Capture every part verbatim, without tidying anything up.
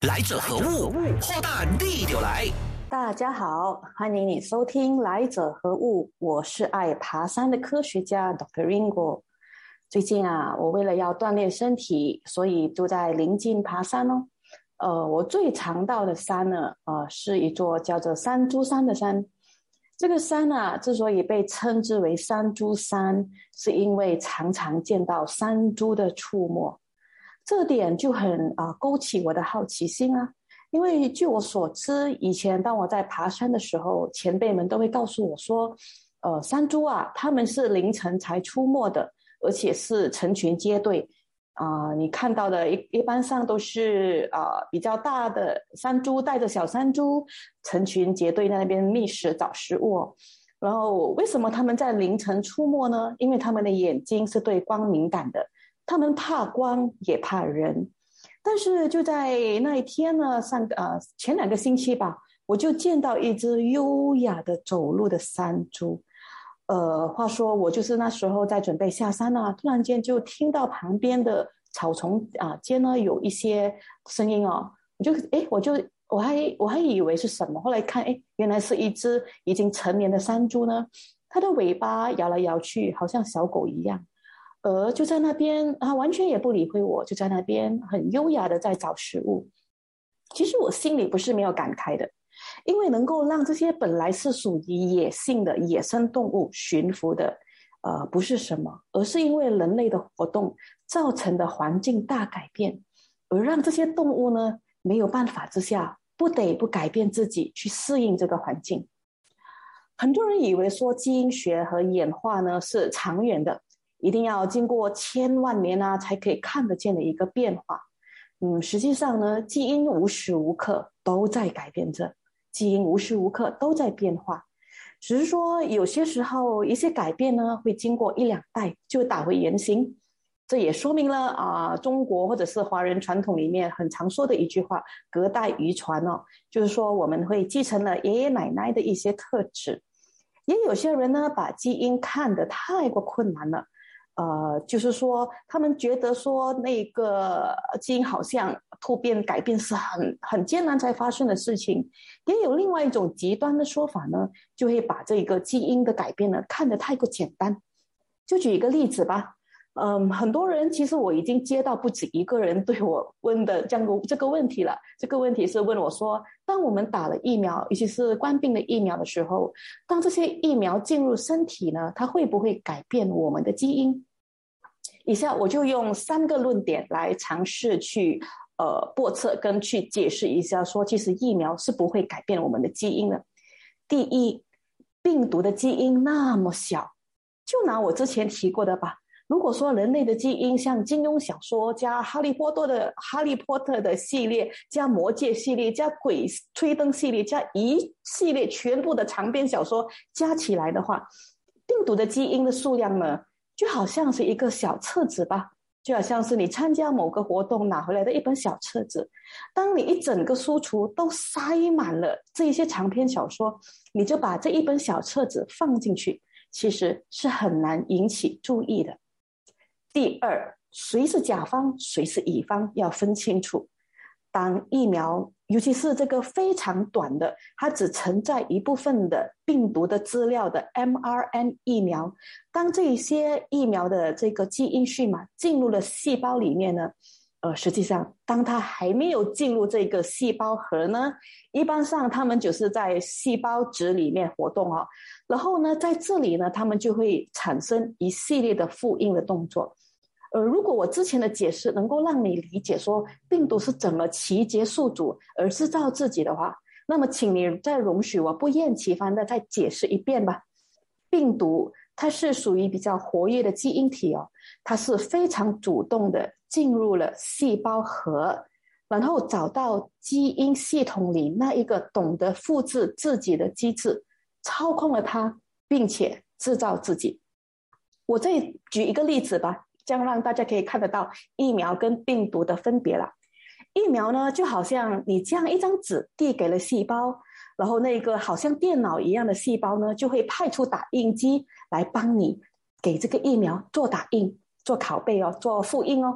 来者何物？祸大逆流来。 大家好，欢迎你收听《来者何物》，我是爱爬山的科学家 Doctor Ringo。最近啊，我为了要锻炼身体，所以就在临近爬山哦。呃，我最常到的山呢，呃，是一座叫做山猪山的山。这个山啊，之所以被称之为山猪山，是因为常常见到山猪的出没。这点就很啊、呃、勾起我的好奇心啊，因为据我所知，以前当我在爬山的时候，前辈们都会告诉我说，呃，山猪啊，他们是凌晨才出没的，而且是成群结队啊、呃。你看到的一一般上都是啊、呃、比较大的山猪带着小山猪，成群结队在那边觅食找食物哦。然后为什么他们在凌晨出没呢？因为他们的眼睛是对光敏感的。他们怕光也怕人，但是就在那一天呢，上个呃前两个星期吧，我就见到一只优雅的走路的山猪。呃，话说我就是那时候在准备下山啊，突然间就听到旁边的草丛啊间呢有一些声音哦，我就诶，我就我还我还以为是什么，后来看诶，原来是一只已经成年的山猪呢，它的尾巴摇来摇去，好像小狗一样。而就在那边，他完全也不理会我，就在那边很优雅的在找食物。其实我心里不是没有感慨的，因为能够让这些本来是属于野性的野生动物驯服的，呃，不是什么，而是因为人类的活动造成的环境大改变，而让这些动物呢没有办法之下，不得不改变自己去适应这个环境。很多人以为说基因学和演化呢是长远的。一定要经过千万年啊，才可以看得见的一个变化。嗯，实际上呢，基因无时无刻都在改变着，基因无时无刻都在变化。只是说有些时候一些改变呢，会经过一两代就打回原形。这也说明了啊、呃，中国或者是华人传统里面很常说的一句话：隔代遗传哦，就是说我们会继承了爷爷奶奶的一些特质。也有些人呢，把基因看得太过困难了。呃，就是说，他们觉得说那个基因好像突变改变是很很艰难才发生的事情。也有另外一种极端的说法呢，就会把这个基因的改变呢看得太过简单。就举一个例子吧，嗯，很多人其实我已经接到不止一个人对我问的这样的这个问题了。这个问题是问我说，当我们打了疫苗，尤其是冠病的疫苗的时候，当这些疫苗进入身体呢，它会不会改变我们的基因？以下我就用三个论点来尝试去呃驳斥跟去解释一下，说其实疫苗是不会改变我们的基因的。第一，病毒的基因那么小，就拿我之前提过的吧。如果说人类的基因像金庸小说加哈利波特的哈利波特的系列加魔戒系列加鬼吹灯系列加一系列全部的长篇小说加起来的话，病毒的基因的数量呢，就好像是一个小册子吧，就好像是你参加某个活动拿回来的一本小册子。当你一整个书橱都塞满了这一些长篇小说，你就把这一本小册子放进去，其实是很难引起注意的。第二，谁是甲方谁是乙方要分清楚。当疫苗尤其是这个非常短的，它只承载一部分的病毒的资料的 M R N 疫苗，当这些疫苗的这个基因序码进入了细胞里面呢，呃，实际上当它还没有进入这个细胞核呢，一般上它们就是在细胞质里面活动哦，然后呢，在这里呢，它们就会产生一系列的复印的动作。呃，如果我之前的解释能够让你理解说病毒是怎么集结宿主而制造自己的话，那么请你再容许我不厌其烦的再解释一遍吧。病毒它是属于比较活跃的基因体哦，它是非常主动的进入了细胞核，然后找到基因系统里那一个懂得复制自己的机制，操控了它，并且制造自己。我再举一个例子吧，这样让大家可以看得到疫苗跟病毒的分别了。疫苗呢，就好像你这样一张纸递给了细胞，然后那个好像电脑一样的细胞呢，就会派出打印机来帮你给这个疫苗做打印、做拷贝哦、做复印哦。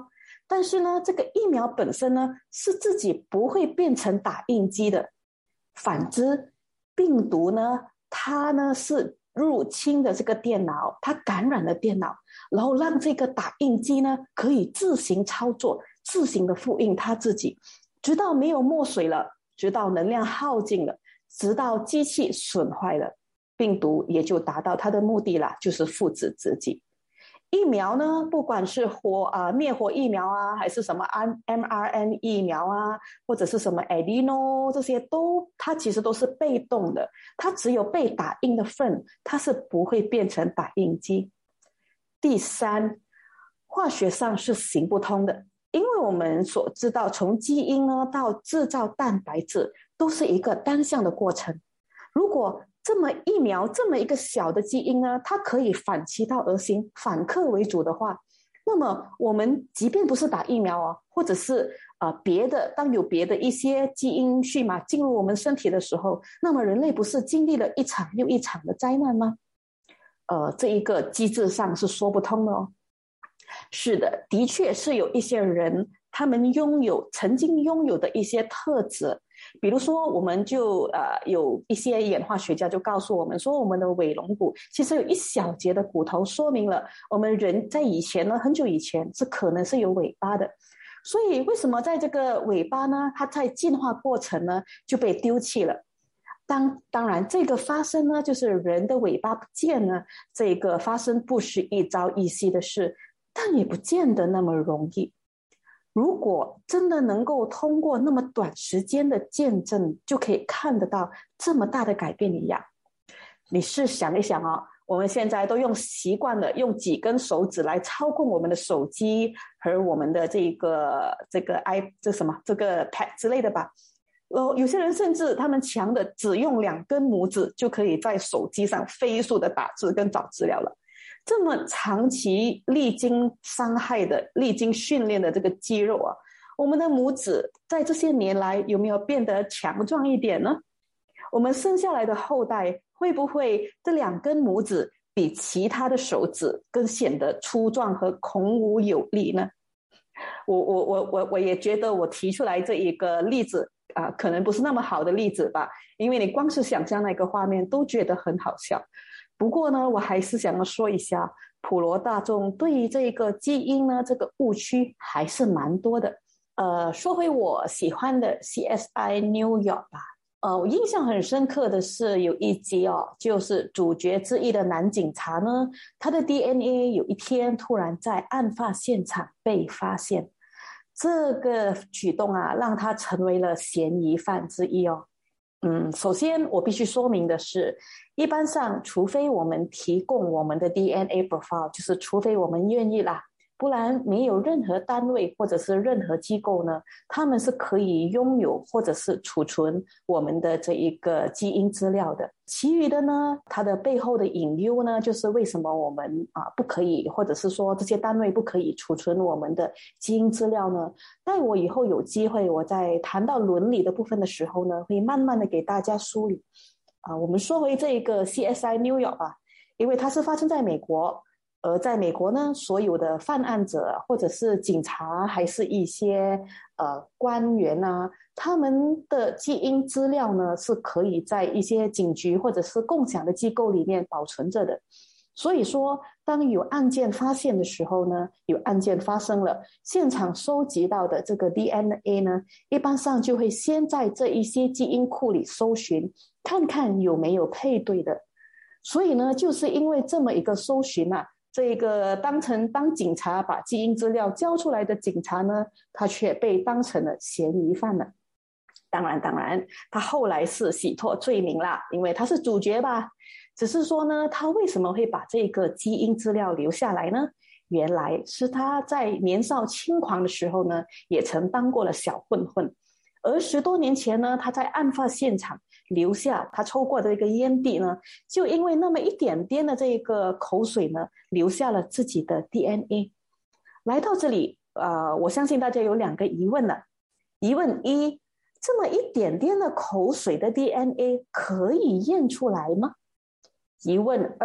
但是呢，这个疫苗本身呢，是自己不会变成打印机的。反之，病毒呢，它呢是入侵的这个电脑，它感染了电脑，然后让这个打印机呢可以自行操作，自行的复印它自己，直到没有墨水了，直到能量耗尽了，直到机器损坏了，病毒也就达到它的目的了，就是复制自己。疫苗呢，不管是活啊、呃、灭活疫苗啊，还是什么 M R N A 疫苗啊，或者是什么 Adeno， 这些都它其实都是被动的，它只有被打印的份，它是不会变成打印机。第三，化学上是行不通的，因为我们所知道，从基因呢到制造蛋白质都是一个单向的过程。如果这么疫苗这么一个小的基因呢，它可以反其道而行，反客为主的话，那么我们即便不是打疫苗啊，或者是呃别的，当有别的一些基因序码进入我们身体的时候，那么人类不是经历了一场又一场的灾难吗？呃，这一个机制上是说不通的哦。是的，的确是有一些人，他们拥有曾经拥有的一些特质。比如说，我们就呃有一些演化学家就告诉我们说，我们的尾龙骨其实有一小节的骨头，说明了我们人在以前呢，很久以前是可能是有尾巴的。所以为什么在这个尾巴呢，它在进化过程呢就被丢弃了？当当然，这个发生呢，就是人的尾巴不见呢，这个发生不是一朝一夕的事，但也不见得那么容易。如果真的能够通过那么短时间的见证就可以看得到这么大的改变一样，你是想一想啊、哦，我们现在都用习惯了用几根手指来操控我们的手机和我们的这个这个 i 这什么这个 pad 之类的吧。呃，有些人甚至他们强的只用两根拇指就可以在手机上飞速的打字跟找资料了。这么长期历经伤害的、历经训练的这个肌肉啊，我们的拇指在这些年来有没有变得强壮一点呢？我们生下来的后代会不会这两根拇指比其他的手指更显得粗壮和孔武有力呢？我我我我我也觉得我提出来这一个例子啊、呃，可能不是那么好的例子吧，因为你光是想象那个画面都觉得很好笑。不过呢，我还是想要说一下，普罗大众对于这个基因呢，这个误区还是蛮多的。呃，说回我喜欢的 C S I New York 吧。呃，我印象很深刻的是有一集哦，就是主角之一的男警察呢，他的 D N A 有一天突然在案发现场被发现，这个举动啊，让他成为了嫌疑犯之一哦。嗯，首先我必须说明的是，一般上，除非我们提供我们的 D N A profile， 就是除非我们愿意啦，不然没有任何单位或者是任何机构呢，他们是可以拥有或者是储存我们的这一个基因资料的。其余的呢，它的背后的隐忧呢，就是为什么我们啊不可以，或者是说这些单位不可以储存我们的基因资料呢？待我以后有机会，我在谈到伦理的部分的时候呢，会慢慢的给大家梳理。啊，我们说回这个 C S I New York 吧，因为它是发生在美国，而在美国呢，所有的犯案者或者是警察，还是一些呃官员啊，他们的基因资料呢是可以在一些警局或者是共享的机构里面保存着的。所以说，当有案件发现的时候呢，有案件发生了，现场收集到的这个 D N A 呢，一般上就会先在这一些基因库里搜寻，看看有没有配对的。所以呢，就是因为这么一个搜寻啊，这个当成当警察把基因资料交出来的警察呢，他却被当成了嫌疑犯了。当然，当然，他后来是洗脱罪名啦，因为他是主角吧。只是说呢，他为什么会把这个基因资料留下来呢？原来是他在年少轻狂的时候呢，也曾当过了小混混。而十多年前呢，他在案发现场留下他抽过的一个烟蒂呢，就因为那么一点点的这个口水呢，留下了自己的 D N A。来到这里，呃，我相信大家有两个疑问了。疑问一，这么一点点的口水的 D N A 可以验出来吗？疑问二，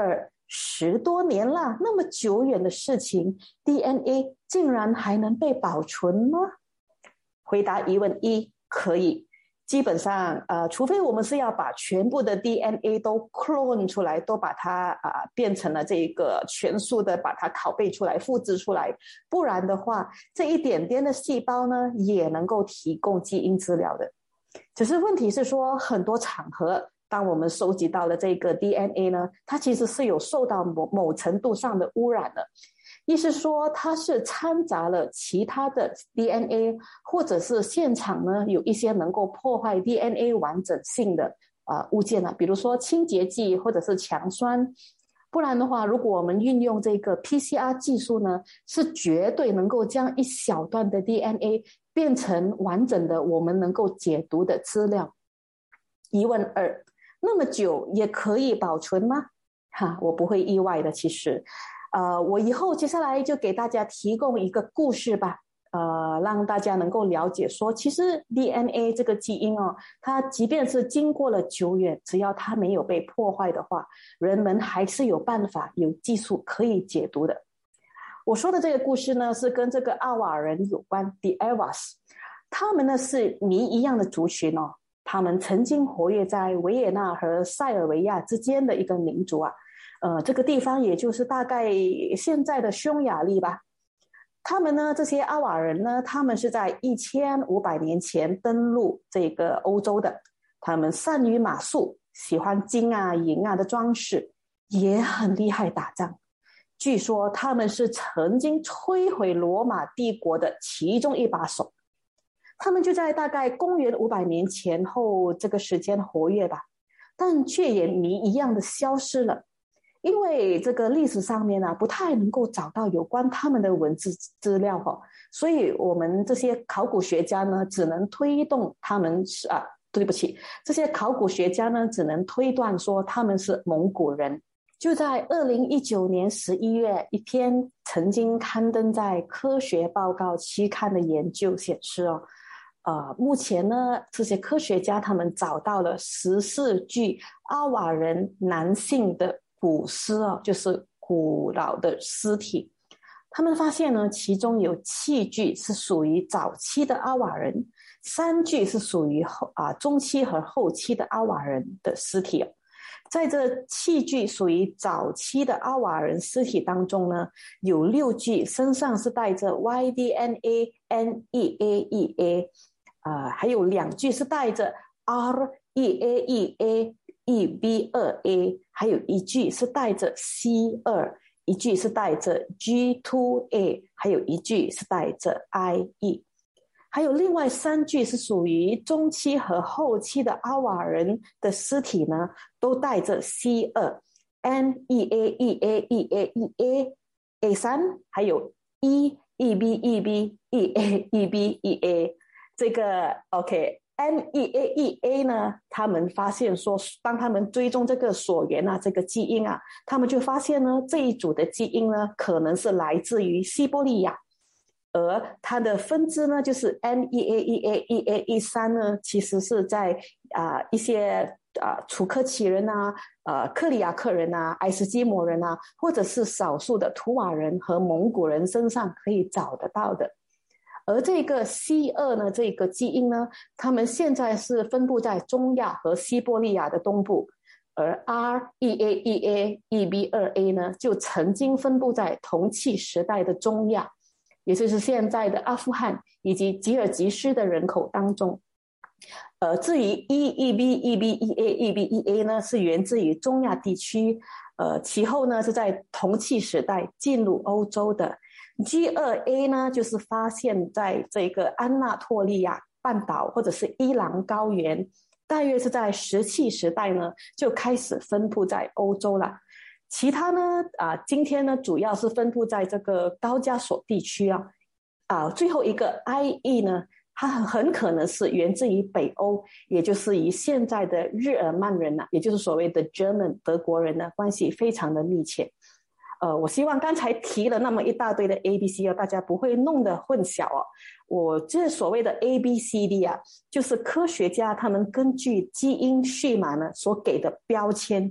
十多年了，那么久远的事情 ，D N A 竟然还能被保存吗？回答疑问一，可以。基本上，呃，除非我们是要把全部的 D N A 都 clone 出来，都把它啊、呃、变成了这个全数的，把它拷贝出来、复制出来，不然的话，这一点点的细胞呢，也能够提供基因资料的。只是问题是说，很多场合，当我们收集到了这个 D N A 呢，它其实是有受到某某程度上的污染的。意思说它是掺杂了其他的 D N A， 或者是现场呢有一些能够破坏 D N A 完整性的、呃、物件啊，比如说清洁剂或者是强酸。不然的话，如果我们运用这个 P C R 技术呢，是绝对能够将一小段的 D N A 变成完整的我们能够解读的资料。疑问二，那么久也可以保存吗？哈，我不会意外的，其实呃，我以后接下来就给大家提供一个故事吧，呃，让大家能够了解说，其实 D N A 这个基因哦，它即便是经过了久远，只要它没有被破坏的话，人们还是有办法、有技术可以解读的。我说的这个故事呢，是跟这个阿瓦人有关 ，The Avars， 他们呢是谜一样的族群哦，他们曾经活跃在维也纳和塞尔维亚之间的一个民族啊。呃，这个地方也就是大概现在的匈牙利吧。他们呢，这些阿瓦人呢，他们是在一千五百年前登陆这个欧洲的。他们善于马术，喜欢金啊、银啊的装饰，也很厉害打仗。据说他们是曾经摧毁罗马帝国的其中一把手。他们就在大概公元五百年前后这个时间活跃吧，但却也谜一样的消失了。因为这个历史上面啊，不太能够找到有关他们的文字资料哦，所以我们这些考古学家呢，只能推动他们是啊，对不起，这些考古学家呢，只能推断说他们是蒙古人。就在二零一九年十一月，一篇曾经刊登在《科学报告》期刊的研究显示哦，呃，目前呢，这些科学家他们找到了十四具阿瓦人男性的古尸哦，就是古老的尸体。他们发现呢，其中有七具是属于早期的阿瓦人，三具是属于后啊中期和后期的阿瓦人的尸体。在这七具属于早期的阿瓦人尸体当中呢，有六具身上是带着 Y D N A N E A E A， 呃，还有两具是带着 R E A E A E B 二 A， 还有一具是带着 C 二， 一具是带着 G 二 A， 还有一具是带着 I E。还有另外三具是属于中期和后期的阿瓦人的尸体呢，都带着 C 二 N E A E A E A E A A 三， 还有 E E B E B E A E B E A。 这个 OK N E A E A 呢，他们发现说，当他们追踪这个索源啊，这个基因啊，他们就发现呢，这一组的基因呢，可能是来自于西伯利亚。而它的分支呢，就是 N E A E A E A E 三 呢，其实是在啊、呃、一些啊、呃、楚科奇人啊、呃克里亚克人啊、爱斯基摩人啊，或者是少数的图瓦人和蒙古人身上可以找得到的。而这个 C 二 呢，这个基因呢，他们现在是分布在中亚和西伯利亚的东部，而 R E A E A E B 二 A 呢，就曾经分布在铜器时代的中亚，也就是现在的阿富汗以及吉尔吉斯的人口当中。呃，至于 E E B E B E A E B E A 呢，是源自于中亚地区，呃，其后呢是在铜器时代进入欧洲的。G 二 A 呢，就是发现在这个安纳托利亚半岛或者是伊朗高原，大约是在石器时代呢就开始分布在欧洲了。其他呢，啊，今天呢主要是分布在这个高加索地区啊，啊，最后一个 I E 呢，它很可能是源自于北欧，也就是与现在的日耳曼人呐、啊，也就是所谓的 German 德国人呢，关系非常的密切。呃，我希望刚才提了那么一大堆的 A B C 哦，大家不会弄得混淆哦。我这所谓的 A B C D 啊，就是科学家他们根据基因序码呢所给的标签。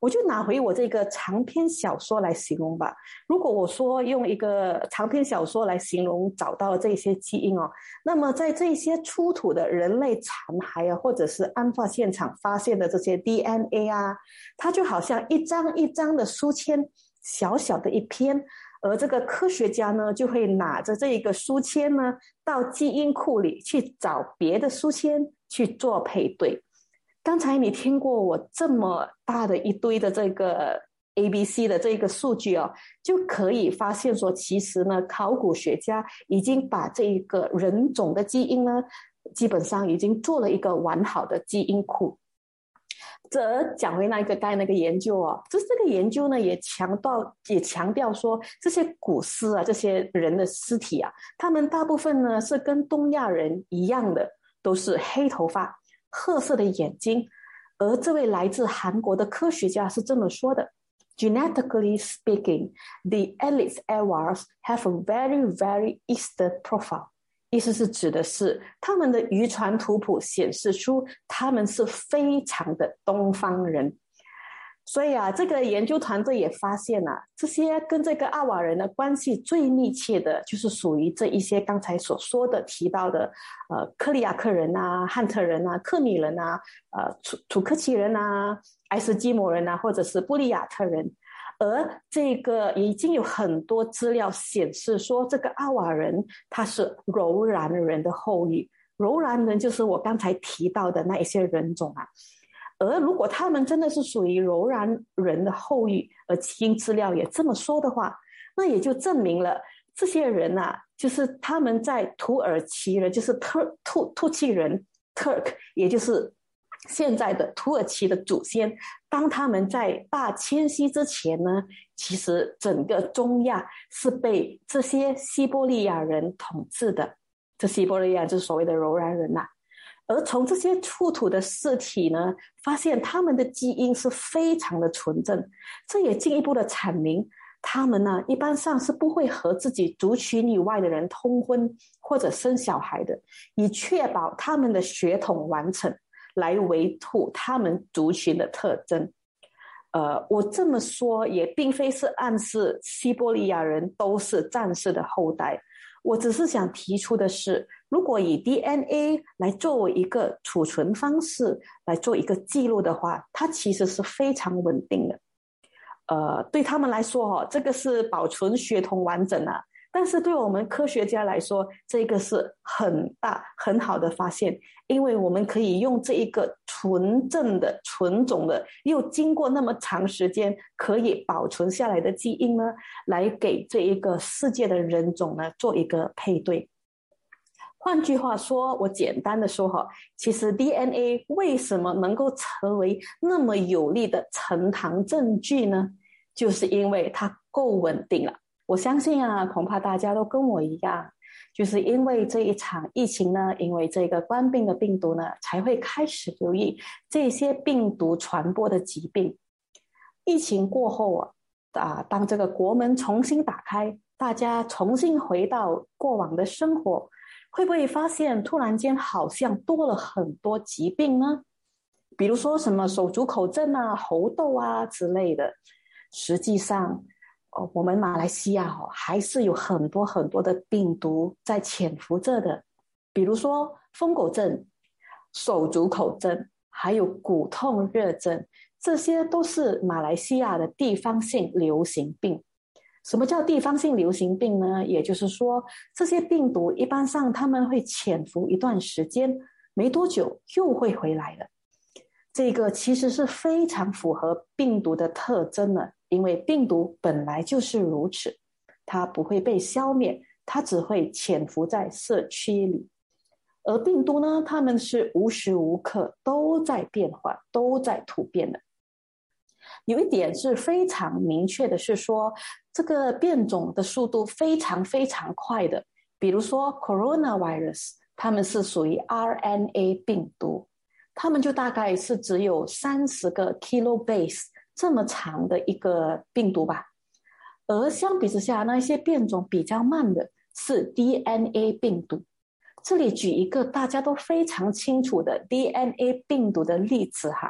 我就拿回我这个长篇小说来形容吧。如果我说用一个长篇小说来形容找到这些基因哦，那么在这些出土的人类残骸啊，或者是案发现场发现的这些 D N A 啊，它就好像一张一张的书签，小小的一篇，而这个科学家呢，就会拿着这个书签呢，到基因库里去找别的书签去做配对。刚才你听过我这么大的一堆的这个 A B C 的这个数据哦，就可以发现说，其实呢，考古学家已经把这一个人种的基因呢，基本上已经做了一个完好的基因库。这讲回那个刚才那个研究哦，就是这个研究呢也强调也强调说，这些古尸啊，这些人的尸体啊，他们大部分呢是跟东亚人一样的，都是黑头发、褐色的眼睛。而这位来自韩国的科学家是这么说的 ：Genetically speaking, the Ellis Awars have a very, very Eastern profile. 意思是指的是他们的遗传图谱显示出他们是非常的东方人。所以啊，这个研究团队也发现啊，这些跟这个阿瓦人的关系最密切的就是属于这一些刚才所说的提到的呃克里亚克人啊、汉特人啊、克米人啊、呃土土克奇人啊、爱斯基摩人啊，或者是布里亚特人。而这个已经有很多资料显示说，这个阿瓦人他是柔然人的后裔。柔然人就是我刚才提到的那一些人种啊。而如果他们真的是属于柔然人的后裔，而基因资料也这么说的话，那也就证明了这些人啊，就是他们在土耳其人，就是特突突契人 Turk， 也就是现在的土耳其的祖先，当他们在大迁徙之前呢，其实整个中亚是被这些西伯利亚人统治的。这西伯利亚就是所谓的柔然人啊。而从这些出土的尸体呢，发现他们的基因是非常的纯正，这也进一步的阐明他们呢一般上是不会和自己族群以外的人通婚或者生小孩的，以确保他们的血统完整，来维护他们族群的特征。呃，我这么说也并非是暗示西伯利亚人都是战士的后代，我只是想提出的是，如果以 D N A 来作为一个储存方式来做一个记录的话，它其实是非常稳定的。呃，对他们来说哦，这个是保存血统完整啊。但是对我们科学家来说，这个是很大很好的发现，因为我们可以用这一个纯正的纯种的又经过那么长时间可以保存下来的基因呢，来给这一个世界的人种呢做一个配对。换句话说，我简单的说哈，其实 D N A 为什么能够成为那么有力的呈堂证据呢？就是因为它够稳定了。我相信啊，恐怕大家都跟我一样，就是因为这一场疫情呢，因为这个冠病的病毒呢，才会开始留意这些病毒传播的疾病。疫情过后啊，啊，当这个国门重新打开，大家重新回到过往的生活，会不会发现突然间好像多了很多疾病呢？比如说什么手足口症啊、猴痘啊之类的。实际上哦，我们马来西亚哦，还是有很多很多的病毒在潜伏着的，比如说疯狗症、手足口症，还有骨痛热症，这些都是马来西亚的地方性流行病。什么叫地方性流行病呢？也就是说，这些病毒一般上他们会潜伏一段时间，没多久又会回来了。这个其实是非常符合病毒的特征的，因为病毒本来就是如此，它不会被消灭，它只会潜伏在社区里。而病毒呢，它们是无时无刻都在变化，都在突变的。有一点是非常明确的，是说这个变种的速度非常非常快的。比如说 coronavirus， 它们是属于 R N A 病毒，它们就大概是只有三十个 kilobase 这么长的一个病毒吧。而相比之下，那一些变种比较慢的是 D N A 病毒。这里举一个大家都非常清楚的 D N A 病毒的例子哈，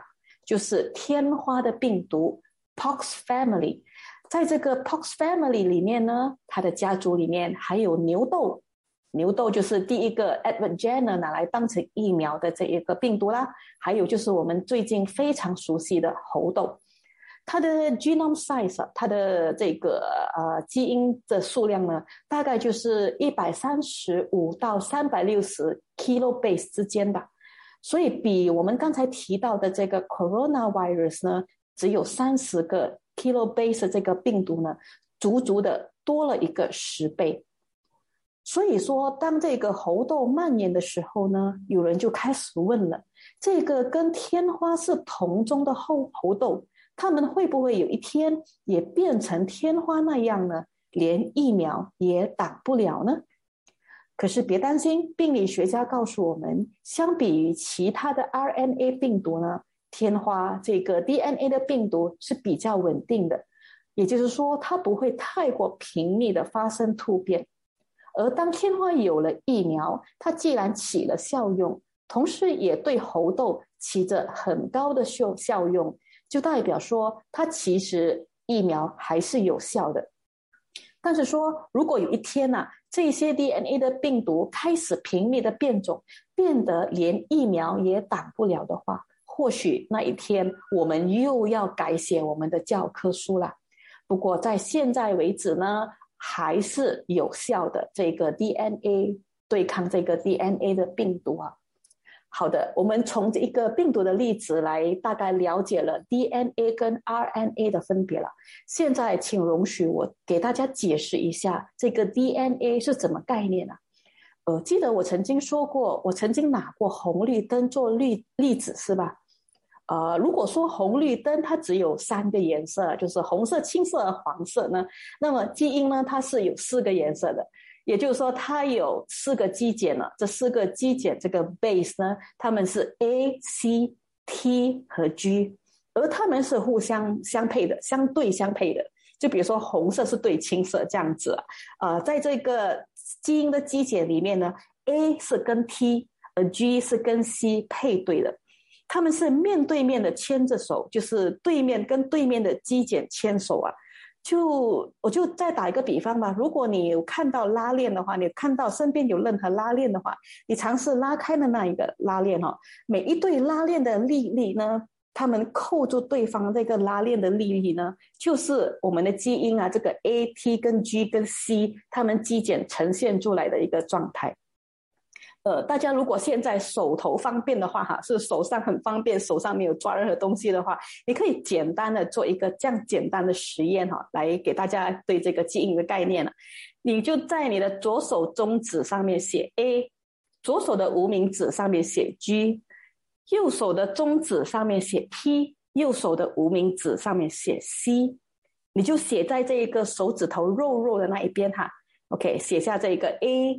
就是天花的病毒 Pox family。 在这个 Pox family 里面呢，它的家族里面还有牛痘，牛痘就是第一个 Edward Jenner 拿来当成疫苗的这一个病毒啦，还有就是我们最近非常熟悉的猴痘。它的 genome size， 它的这个呃基因的数量呢，大概就是一百三十五到三百六十 kilobase 之间吧。所以比我们刚才提到的这个 coronavirus 呢，只有三十个 kilobase 这个病毒呢，足足的多了一个十倍。所以说，当这个猴痘蔓延的时候呢，有人就开始问了，这个跟天花是同宗的猴猴痘，他们会不会有一天也变成天花那样呢？连疫苗也挡不了呢？可是别担心，病理学家告诉我们，相比于其他的 R N A 病毒呢，天花这个 D N A 的病毒是比较稳定的，也就是说它不会太过频密的发生突变。而当天花有了疫苗，它既然起了效用，同时也对猴痘起着很高的效用，就代表说它其实疫苗还是有效的。但是说，如果有一天啊，这些 D N A 的病毒开始频密的变种，变得连疫苗也挡不了的话，或许那一天我们又要改写我们的教科书了。不过在现在为止呢，还是有效的这个 D N A 对抗这个 D N A 的病毒啊。好的，我们从一个病毒的例子来大概了解了 D N A 跟 R N A 的分别了。现在请容许我给大家解释一下这个 D N A 是怎么概念啊。呃，记得我曾经说过，我曾经拿过红绿灯做例例子是吧？呃，如果说红绿灯它只有三个颜色，就是红色、青色和黄色呢，那么基因呢它是有四个颜色的。也就是说它有四个基碱了，这四个基碱这个 base 呢，它们是 A、C、T 和 G， 而它们是互相相配的，相对相配的。就比如说红色是对青色这样子啊、呃，在这个基因的基碱里面呢 ，A 是跟 T， 而 G 是跟 C 配对的，他们是面对面的牵着手，就是对面跟对面的基碱牵手啊。就我就再打一个比方吧，如果你有看到拉链的话，你看到身边有任何拉链的话，你尝试拉开的那一个拉链哦，每一对拉链的力力呢，他们扣住对方这个拉链的力力呢，就是我们的基因啊，这个 A、T 跟 G 跟 C 他们基碱呈现出来的一个状态。呃，大家如果现在手头方便的话哈，是手上很方便，手上没有抓任何东西的话，你可以简单的做一个这样简单的实验哈，来给大家对这个基因的概念了。你就在你的左手中指上面写 A， 左手的无名指上面写 G， 右手的中指上面写 T， 右手的无名指上面写 C， 你就写在这一个手指头肉肉的那一边哈。OK， 写下这个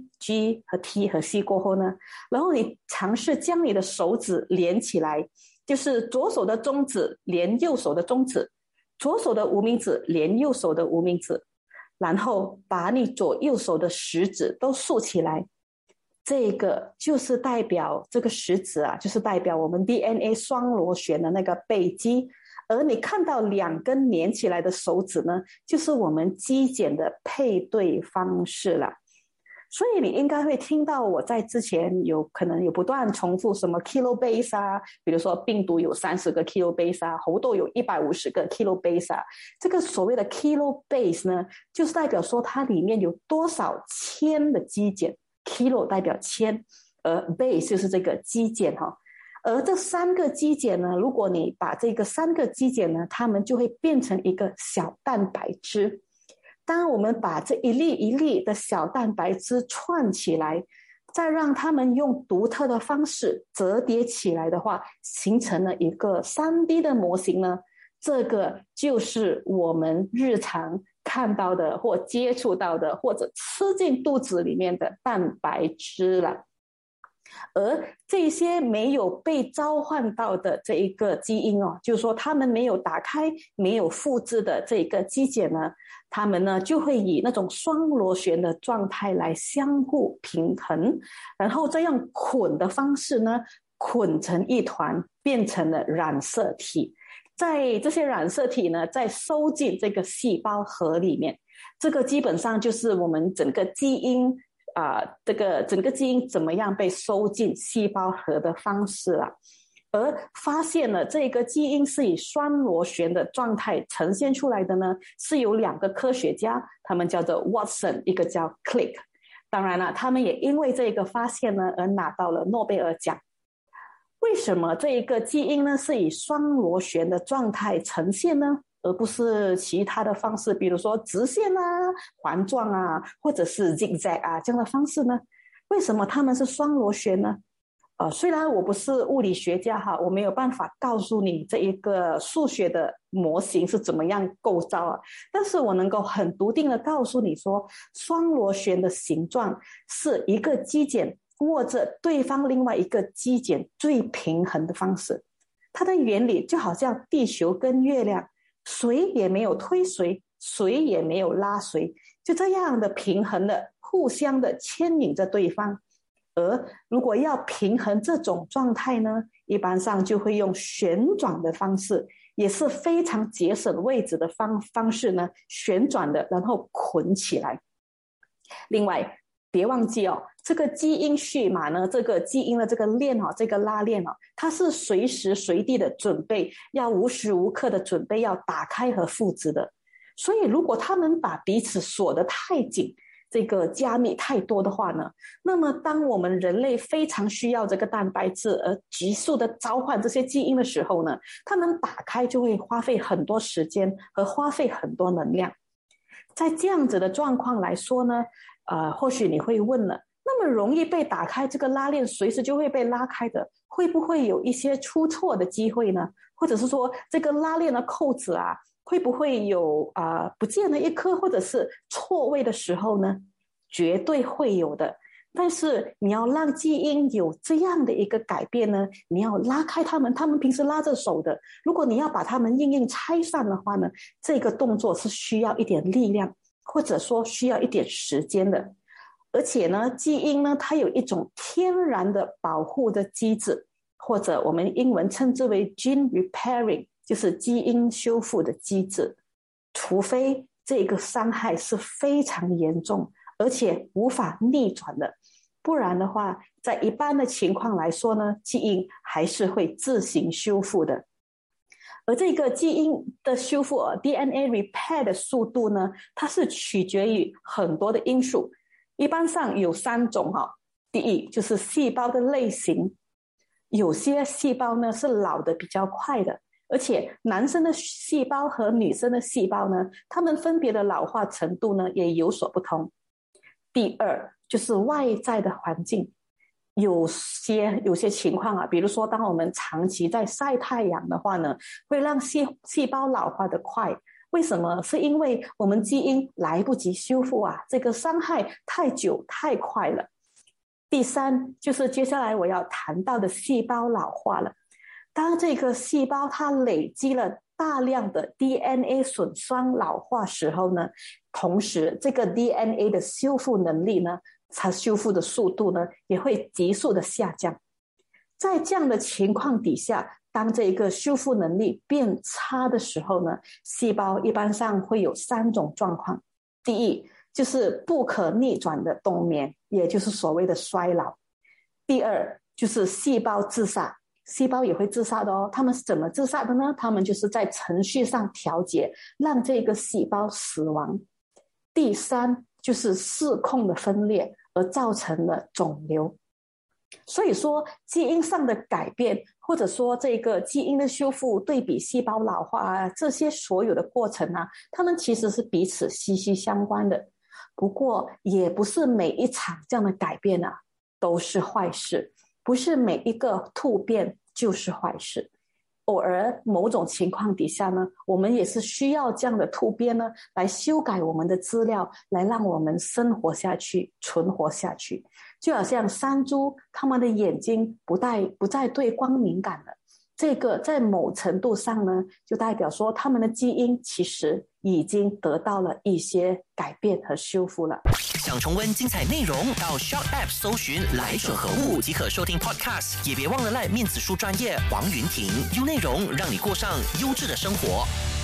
A、G 和 T 和 C 过后呢，然后你尝试将你的手指连起来，就是左手的中指连右手的中指，左手的无名指连右手的无名指，然后把你左右手的食指都竖起来，这个就是代表这个食指啊，就是代表我们 D N A 双螺旋的那个背基。而你看到两根连起来的手指呢，就是我们基碱的配对方式了。所以你应该会听到我在之前有可能有不断重复什么 kilobase 啊，比如说病毒有三十个 kilobase 啊，猴痘有一百五十个 kilobase 啊。这个所谓的 kilobase 呢，就是代表说它里面有多少千的基碱， kilo 代表千，而 base 就是这个基碱哈。而这三个基碱呢，如果你把这个三个基碱呢，它们就会变成一个小蛋白质。当我们把这一粒一粒的小蛋白质串起来，再让它们用独特的方式折叠起来的话，形成了一个 三 D 的模型呢，这个就是我们日常看到的或接触到的或者吃进肚子里面的蛋白质了。而这些没有被召唤到的这一个基因哦，就是说他们没有打开没有复制的这个基碱呢，他们呢就会以那种双螺旋的状态来相互平衡，然后再用捆的方式呢捆成一团，变成了染色体。在这些染色体呢，再收进这个细胞核里面，这个基本上就是我们整个基因啊、呃，这个整个基因怎么样被收进细胞核的方式啊。而发现了这个基因是以双螺旋的状态呈现出来的呢，是有两个科学家，他们叫做 Watson， 一个叫 Crick。当然了，他们也因为这个发现呢而拿到了诺贝尔奖。为什么这一个基因呢是以双螺旋的状态呈现呢，而不是其他的方式，比如说直线啊、环状啊，或者是 zigzag 啊这样的方式呢？为什么他们是双螺旋呢？呃，虽然我不是物理学家哈，我没有办法告诉你这一个数学的模型是怎么样构造啊，但是我能够很笃定的告诉你说，双螺旋的形状是一个基点握着对方另外一个基点最平衡的方式。它的原理就好像地球跟月亮，谁也没有推谁，谁也没有拉谁，就这样的平衡的互相的牵引着对方。而如果要平衡这种状态呢，一般上就会用旋转的方式，也是非常节省位置的方方式呢，旋转的，然后捆起来。另外别忘记哦，这个基因序码呢，这个基因的这个链哦，这个拉链哦，它是随时随地的准备，要无时无刻的准备要打开和复制的。所以如果他们把彼此锁得太紧，这个加密太多的话呢，那么当我们人类非常需要这个蛋白质而急速的召唤这些基因的时候呢，他们打开就会花费很多时间和花费很多能量。在这样子的状况来说呢，呃，或许你会问了，那么容易被打开这个拉链随时就会被拉开的，会不会有一些出错的机会呢？或者是说这个拉链的扣子啊，会不会有啊、呃、不见了一颗或者是错位的时候呢？绝对会有的。但是你要让基因有这样的一个改变呢，你要拉开他们，他们平时拉着手的，如果你要把他们硬硬拆散的话呢，这个动作是需要一点力量，或者说需要一点时间的。而且呢，基因呢，它有一种天然的保护的机制，或者我们英文称之为 gene repairing， 就是基因修复的机制。除非这个伤害是非常严重，而且无法逆转的，不然的话，在一般的情况来说呢，基因还是会自行修复的。而这个基因的修复 D N A repair 的速度呢，它是取决于很多的因素，一般上有三种哈。第一就是细胞的类型，有些细胞呢是老得比较快的，而且男生的细胞和女生的细胞呢，它们分别的老化程度呢也有所不同。第二就是外在的环境，有些有些情况啊，比如说当我们长期在晒太阳的话呢，会让细细胞老化的快。为什么？是因为我们基因来不及修复啊，这个伤害太久太快了。第三就是接下来我要谈到的细胞老化了。当这个细胞它累积了大量的 D N A 损伤老化时候呢，同时这个 D N A 的修复能力呢，它修复的速度呢也会急速的下降。在这样的情况底下，当这个修复能力变差的时候呢，细胞一般上会有三种状况。第一就是不可逆转的冬眠，也就是所谓的衰老。第二就是细胞自杀，细胞也会自杀的哦。他们是怎么自杀的呢？他们就是在程序上调节，让这个细胞死亡。第三就是失控的分裂而造成了肿瘤。所以说基因上的改变，或者说这个基因的修复对比细胞老化啊，这些所有的过程啊，它们其实是彼此息息相关的。不过也不是每一场这样的改变啊都是坏事，不是每一个突变就是坏事。偶尔某种情况底下呢，我们也是需要这样的突变呢，来修改我们的资料，来让我们生活下去，存活下去。就好像山猪，它们的眼睛不再不再对光敏感了， 这个在某程度上呢，就代表说他们的基因其实已经得到了一些改变和修复了。 想重温精彩内容，到 Shock App 搜寻来者何物即可收听 Podcast， 也别忘了赖面子书专业黄云婷，用内容让你过上优质的生活。